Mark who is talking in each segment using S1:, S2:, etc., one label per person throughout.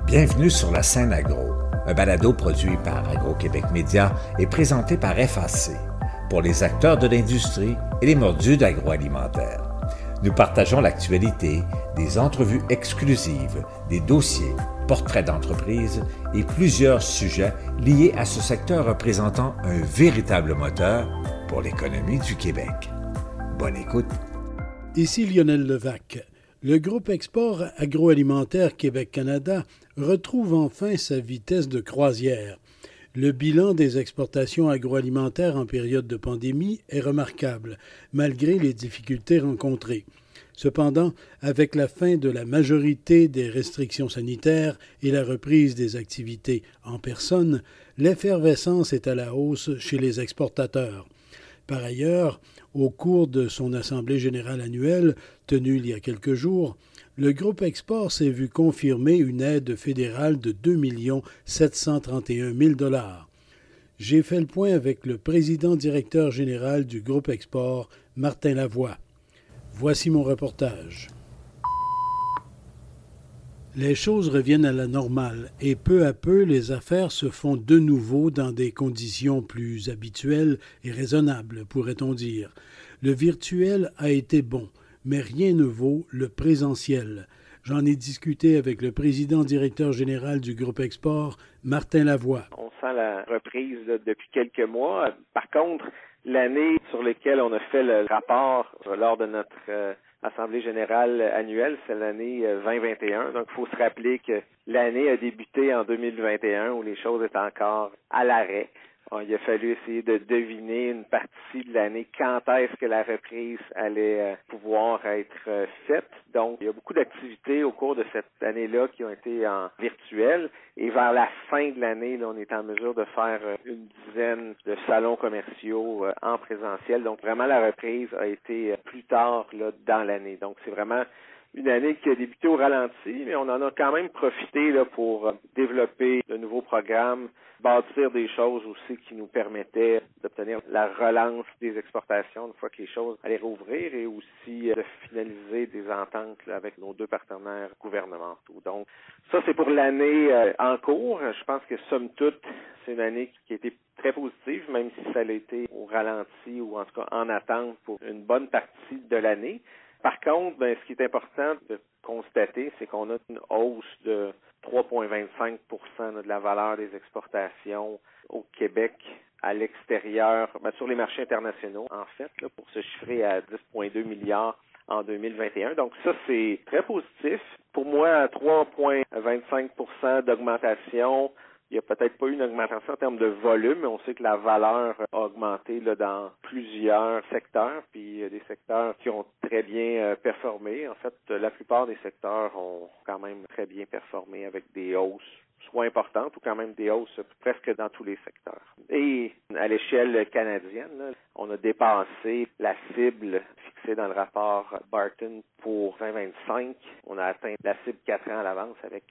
S1: Bienvenue sur la scène agro, un balado produit par Agro-Québec Média et présenté par FAC, pour les acteurs de l'industrie et les mordus d'agroalimentaire. Nous partageons l'actualité, des entrevues exclusives, des dossiers, portraits d'entreprises et plusieurs sujets liés à ce secteur représentant un véritable moteur pour l'économie du Québec. Bonne écoute.
S2: Ici Lionel Levac. Le groupe Export agroalimentaire Québec-Canada retrouve enfin sa vitesse de croisière. Le bilan des exportations agroalimentaires en période de pandémie est remarquable, malgré les difficultés rencontrées. Cependant, avec la fin de la majorité des restrictions sanitaires et la reprise des activités en personne, l'effervescence est à la hausse chez les exportateurs. Par ailleurs, au cours de son assemblée générale annuelle, tenue il y a quelques jours, le groupe Export s'est vu confirmer une aide fédérale de 2 731 000 $. J'ai fait le point avec le président-directeur général du groupe Export, Martin Lavoie. Voici mon reportage. Les choses reviennent à la normale et peu à peu, les affaires se font de nouveau dans des conditions plus habituelles et raisonnables, pourrait-on dire. Le virtuel a été bon, mais rien ne vaut le présentiel. J'en ai discuté avec le président-directeur général du groupe Export, Martin Lavoie.
S3: On sent la reprise depuis quelques mois. Par contre, l'année sur laquelle on a fait le rapport lors de notre Assemblée générale annuelle, c'est l'année 2021. Donc, il faut se rappeler que l'année a débuté en 2021 où les choses étaient encore à l'arrêt. Il a fallu essayer de deviner une partie de l'année, quand est-ce que la reprise allait pouvoir être faite. Donc, il y a beaucoup d'activités au cours de cette année-là qui ont été en virtuel. Et vers la fin de l'année, là, on est en mesure de faire une dizaine de salons commerciaux en présentiel. Donc, vraiment, la reprise a été plus tard là, dans l'année. Donc, c'est vraiment une année qui a débuté au ralenti, mais on en a quand même profité là, pour développer de nouveaux programmes, bâtir des choses aussi qui nous permettaient d'obtenir la relance des exportations une fois que les choses allaient rouvrir et aussi de finaliser des ententes là, avec nos deux partenaires gouvernementaux. Donc, ça, c'est pour l'année en cours. Je pense que, somme toute, c'est une année qui a été très positive, même si ça a été au ralenti ou en tout cas en attente pour une bonne partie de l'année. Par contre, ce qui est important de constater, c'est qu'on a une hausse de 3,25 % de la valeur des exportations au Québec à l'extérieur, sur les marchés internationaux, en fait, là, pour se chiffrer à 10,2 milliards en 2021. Donc ça, c'est très positif. Pour moi, 3,25 % d'augmentation. Il n'y a peut-être pas eu une augmentation en termes de volume, mais on sait que la valeur a augmenté là, dans plusieurs secteurs, puis il y a des secteurs qui ont très bien performé. En fait, la plupart des secteurs ont quand même très bien performé avec des hausses soit importantes ou quand même des hausses presque dans tous les secteurs. Et à l'échelle canadienne, là, on a dépassé la cible fixée dans le rapport Barton pour 2025. On a atteint la cible 4 ans à l'avance avec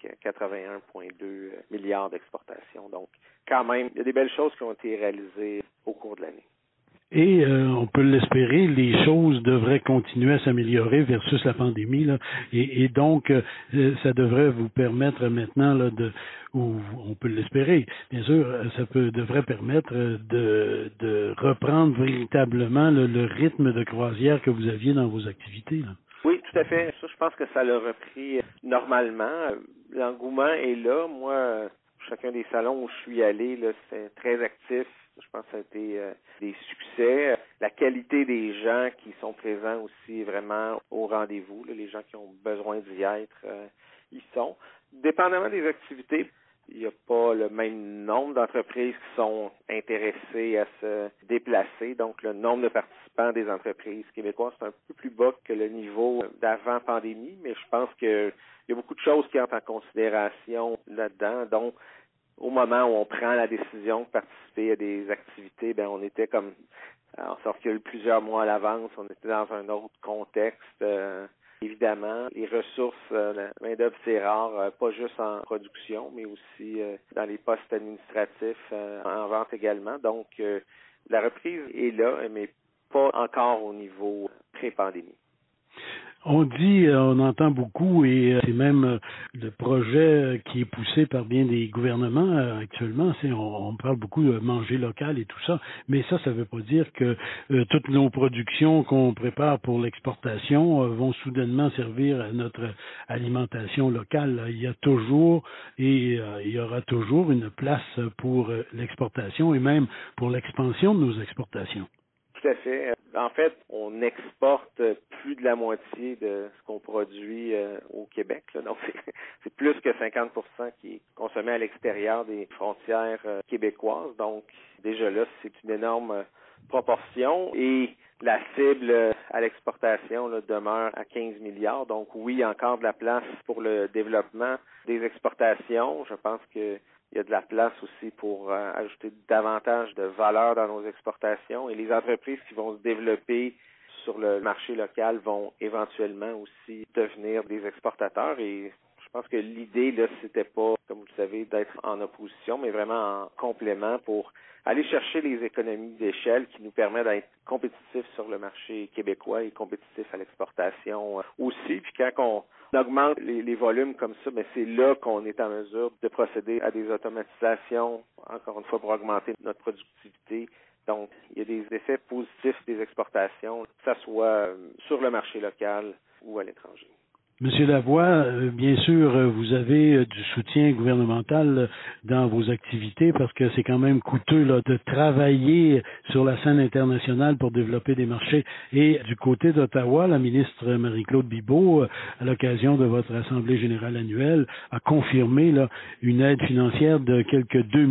S3: 81,2 milliards d'exportations. Donc, quand même, il y a des belles choses qui ont été réalisées au cours de l'année.
S2: Et on peut l'espérer, les choses devraient continuer à s'améliorer versus la pandémie, là, et donc ça devrait vous permettre maintenant là ou on peut l'espérer, bien sûr, devrait permettre de reprendre véritablement le rythme de croisière que vous aviez dans vos activités, là.
S3: Oui, tout à fait. Ça, je pense que ça l'a repris normalement. L'engouement est là. Moi, chacun des salons où je suis allé, là, c'est très actif. Je pense que ça a été des succès. La qualité des gens qui sont présents aussi est vraiment au rendez-vous. Là. Les gens qui ont besoin d'y être, y sont. Dépendamment des activités, il n'y a pas le même nombre d'entreprises qui sont intéressées à se déplacer. Donc, le nombre de participants des entreprises québécoises, c'est un peu plus bas que le niveau d'avant-pandémie, mais je pense qu'il y a beaucoup de choses qui entrent en considération là-dedans. Donc, au moment où on prend la décision de participer à des activités, on était comme, on se recule plusieurs mois à l'avance, on était dans un autre contexte. Évidemment, les ressources, la main-d'œuvre, c'est rare, pas juste en production, mais aussi dans les postes administratifs, en vente également. Donc, la reprise est là, mais pas encore au niveau pré-pandémie.
S2: On entend beaucoup et c'est même le projet qui est poussé par bien des gouvernements actuellement. On parle beaucoup de manger local et tout ça, mais ça veut pas dire que toutes nos productions qu'on prépare pour l'exportation vont soudainement servir à notre alimentation locale. Il y a toujours et il y aura toujours une place pour l'exportation et même pour l'expansion de nos exportations.
S3: Tout à fait. En fait, on exporte plus de la moitié de ce qu'on produit au Québec. Là. Donc, c'est plus que 50% qui est consommé à l'extérieur des frontières québécoises. Donc, déjà là, c'est une énorme proportion. Et la cible à l'exportation là, demeure à 15 milliards. Donc, oui, il y a encore de la place pour le développement des exportations. Je pense que il y a de la place aussi pour ajouter davantage de valeur dans nos exportations et les entreprises qui vont se développer sur le marché local vont éventuellement aussi devenir des exportateurs et je pense que l'idée, là, c'était pas, comme vous le savez, d'être en opposition, mais vraiment en complément pour aller chercher les économies d'échelle qui nous permettent d'être compétitifs sur le marché québécois et compétitifs à l'exportation aussi. Puis quand on augmente les volumes comme ça, mais c'est là qu'on est en mesure de procéder à des automatisations, encore une fois, pour augmenter notre productivité. Donc, il y a des effets positifs des exportations, que ce soit sur le marché local ou à l'étranger.
S2: Monsieur Lavoie, bien sûr, vous avez du soutien gouvernemental dans vos activités parce que c'est quand même coûteux là, de travailler sur la scène internationale pour développer des marchés. Et du côté d'Ottawa, la ministre Marie-Claude Bibeau, à l'occasion de votre Assemblée générale annuelle, a confirmé là, une aide financière de quelque 2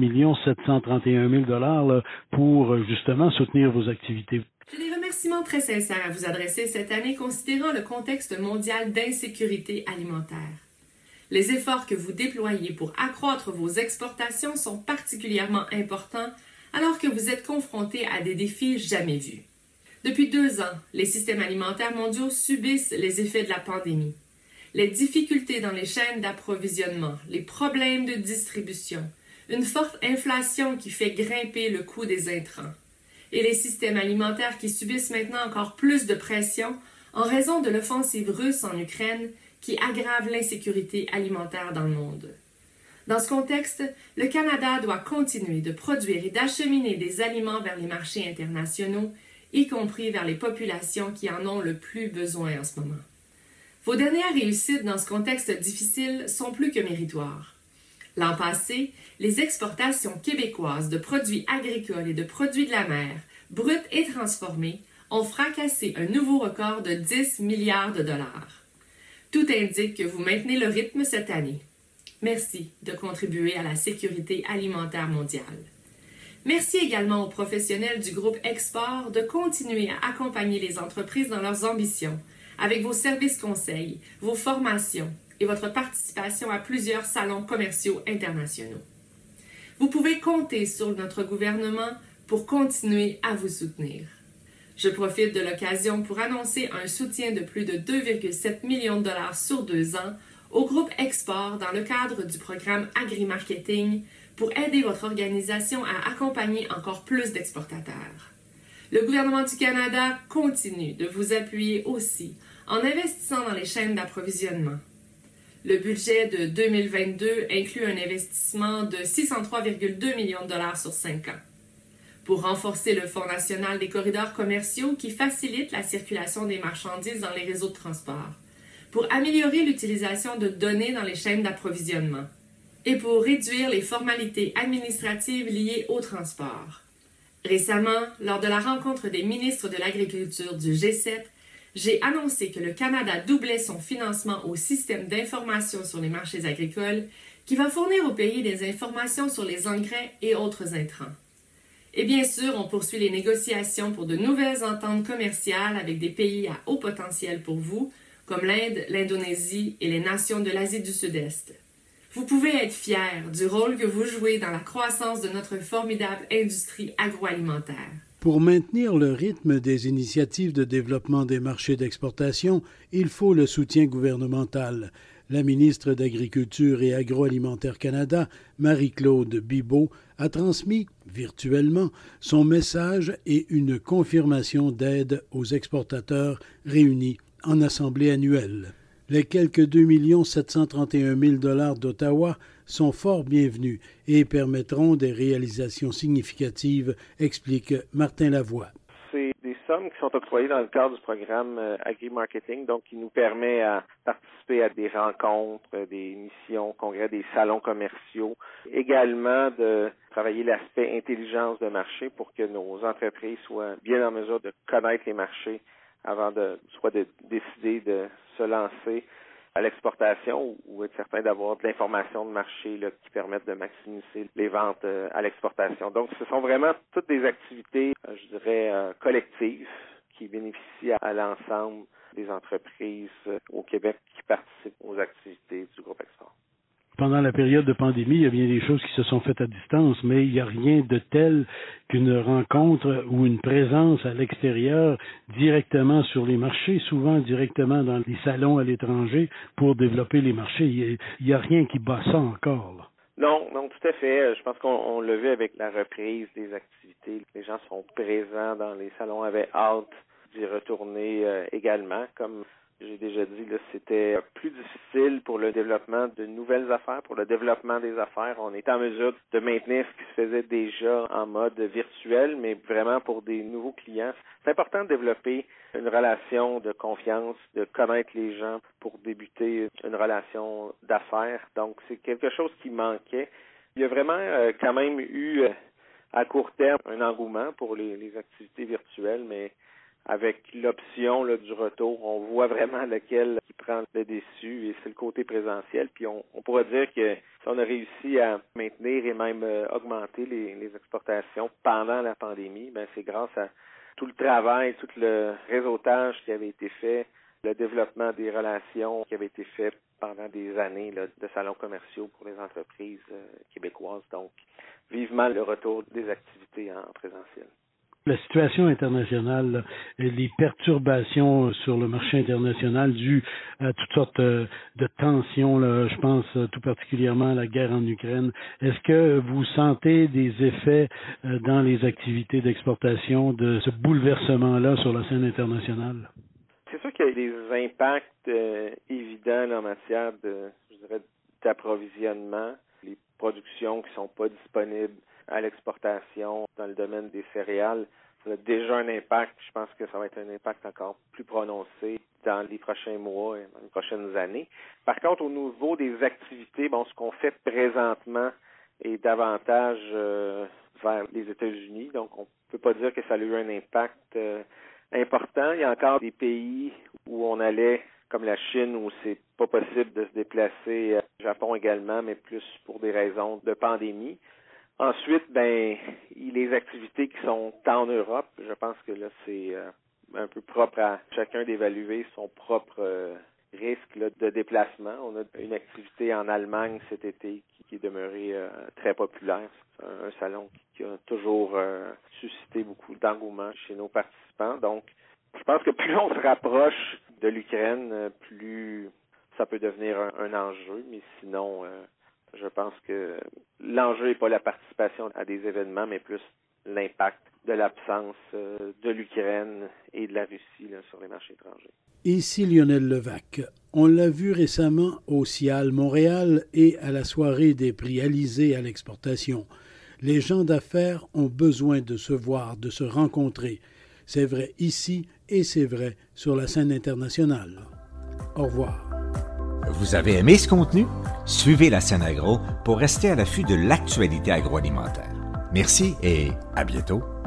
S2: 731 000 $ pour justement soutenir vos activités.
S4: J'ai des remerciements très sincères à vous adresser cette année considérant le contexte mondial d'insécurité alimentaire. Les efforts que vous déployez pour accroître vos exportations sont particulièrement importants alors que vous êtes confrontés à des défis jamais vus. Depuis 2 ans, les systèmes alimentaires mondiaux subissent les effets de la pandémie. Les difficultés dans les chaînes d'approvisionnement, les problèmes de distribution, une forte inflation qui fait grimper le coût des intrants. Et les systèmes alimentaires qui subissent maintenant encore plus de pression en raison de l'offensive russe en Ukraine qui aggrave l'insécurité alimentaire dans le monde. Dans ce contexte, le Canada doit continuer de produire et d'acheminer des aliments vers les marchés internationaux, y compris vers les populations qui en ont le plus besoin en ce moment. Vos dernières réussites dans ce contexte difficile sont plus que méritoires. L'an passé, les exportations québécoises de produits agricoles et de produits de la mer, bruts et transformés, ont fracassé un nouveau record de 10 milliards de dollars. Tout indique que vous maintenez le rythme cette année. Merci de contribuer à la sécurité alimentaire mondiale. Merci également aux professionnels du groupe Export de continuer à accompagner les entreprises dans leurs ambitions, avec vos services conseils, vos formations, et votre participation à plusieurs salons commerciaux internationaux. Vous pouvez compter sur notre gouvernement pour continuer à vous soutenir. Je profite de l'occasion pour annoncer un soutien de plus de 2,7 millions de dollars sur 2 ans au groupe Export dans le cadre du programme Agri-Marketing pour aider votre organisation à accompagner encore plus d'exportateurs. Le gouvernement du Canada continue de vous appuyer aussi en investissant dans les chaînes d'approvisionnement. Le budget de 2022 inclut un investissement de 603,2 millions de dollars sur 5 ans. Pour renforcer le Fonds national des corridors commerciaux qui facilite la circulation des marchandises dans les réseaux de transport, pour améliorer l'utilisation de données dans les chaînes d'approvisionnement et pour réduire les formalités administratives liées au transport. Récemment, lors de la rencontre des ministres de l'Agriculture du G7, j'ai annoncé que le Canada doublait son financement au système d'information sur les marchés agricoles qui va fournir au pays des informations sur les engrais et autres intrants. Et bien sûr, on poursuit les négociations pour de nouvelles ententes commerciales avec des pays à haut potentiel pour vous, comme l'Inde, l'Indonésie et les nations de l'Asie du Sud-Est. Vous pouvez être fiers du rôle que vous jouez dans la croissance de notre formidable industrie agroalimentaire.
S2: Pour maintenir le rythme des initiatives de développement des marchés d'exportation, il faut le soutien gouvernemental. La ministre d'Agriculture et Agroalimentaire Canada, Marie-Claude Bibeau, a transmis, virtuellement, son message et une confirmation d'aide aux exportateurs réunis en assemblée annuelle. Les quelques 2 731 000 $ d'Ottawa sont fort bienvenus et permettront des réalisations significatives, explique Martin Lavoie.
S3: C'est des sommes qui sont octroyées dans le cadre du programme Agri-Marketing, donc qui nous permet à participer à des rencontres, des missions, congrès, des salons commerciaux. Également de travailler l'aspect intelligence de marché pour que nos entreprises soient bien en mesure de connaître les marchés avant de décider de se lancer à l'exportation ou être certain d'avoir de l'information de marché là, qui permettent de maximiser les ventes à l'exportation. Donc, ce sont vraiment toutes des activités, je dirais, collectives qui bénéficient à l'ensemble des entreprises au Québec qui participent aux activités du groupe Export.
S2: Pendant la période de pandémie, il y a bien des choses qui se sont faites à distance, mais il n'y a rien de tel qu'une rencontre ou une présence à l'extérieur directement sur les marchés, souvent directement dans les salons à l'étranger pour développer les marchés. Il n'y a rien qui bat ça encore, là.
S3: Non, tout à fait. Je pense qu'on l'a vu avec la reprise des activités. Les gens sont présents dans les salons, avaient hâte d'y retourner également, comme j'ai déjà dit, là, c'était plus difficile pour le développement de nouvelles affaires, pour le développement des affaires. On est en mesure de maintenir ce qui se faisait déjà en mode virtuel, mais vraiment pour des nouveaux clients. C'est important de développer une relation de confiance, de connaître les gens pour débuter une relation d'affaires. Donc, c'est quelque chose qui manquait. Il y a vraiment quand même eu, à court terme, un engouement pour les activités virtuelles, mais avec l'option là, du retour, on voit vraiment lequel qui prend le dessus et c'est le côté présentiel. Puis on pourra dire que si on a réussi à maintenir et même augmenter les exportations pendant la pandémie, ben c'est grâce à tout le travail, tout le réseautage qui avait été fait, le développement des relations qui avait été fait pendant des années là, de salons commerciaux pour les entreprises québécoises. Donc, vivement le retour des activités en présentiel.
S2: La situation internationale, les perturbations sur le marché international dues à toutes sortes de tensions, là, je pense tout particulièrement à la guerre en Ukraine. Est-ce que vous sentez des effets dans les activités d'exportation de ce bouleversement-là sur la scène internationale?
S3: C'est sûr qu'il y a des impacts évidents en matière d'approvisionnement, les productions qui ne sont pas disponibles à l'exportation dans le domaine des céréales. Ça a déjà un impact. Je pense que ça va être un impact encore plus prononcé dans les prochains mois et dans les prochaines années. Par contre, au niveau des activités, ce qu'on fait présentement est davantage vers les États-Unis. Donc, on ne peut pas dire que ça a eu un impact important. Il y a encore des pays où on allait, comme la Chine, où c'est pas possible de se déplacer. Japon également, mais plus pour des raisons de pandémie. Ensuite, les activités qui sont en Europe, je pense que là, c'est un peu propre à chacun d'évaluer son propre risque là, de déplacement. On a une activité en Allemagne cet été qui est demeurée très populaire. C'est un salon qui a toujours suscité beaucoup d'engouement chez nos participants. Donc, je pense que plus on se rapproche de l'Ukraine, plus ça peut devenir un enjeu, mais sinon... je pense que l'enjeu n'est pas la participation à des événements, mais plus l'impact de l'absence de l'Ukraine et de la Russie là, sur les marchés étrangers.
S2: Ici Lionel Levac. On l'a vu récemment au CIAL Montréal et à la soirée des prix Alizé à l'exportation. Les gens d'affaires ont besoin de se voir, de se rencontrer. C'est vrai ici et c'est vrai sur la scène internationale. Au revoir.
S1: Vous avez aimé ce contenu? Suivez la scène agro pour rester à l'affût de l'actualité agroalimentaire. Merci et à bientôt.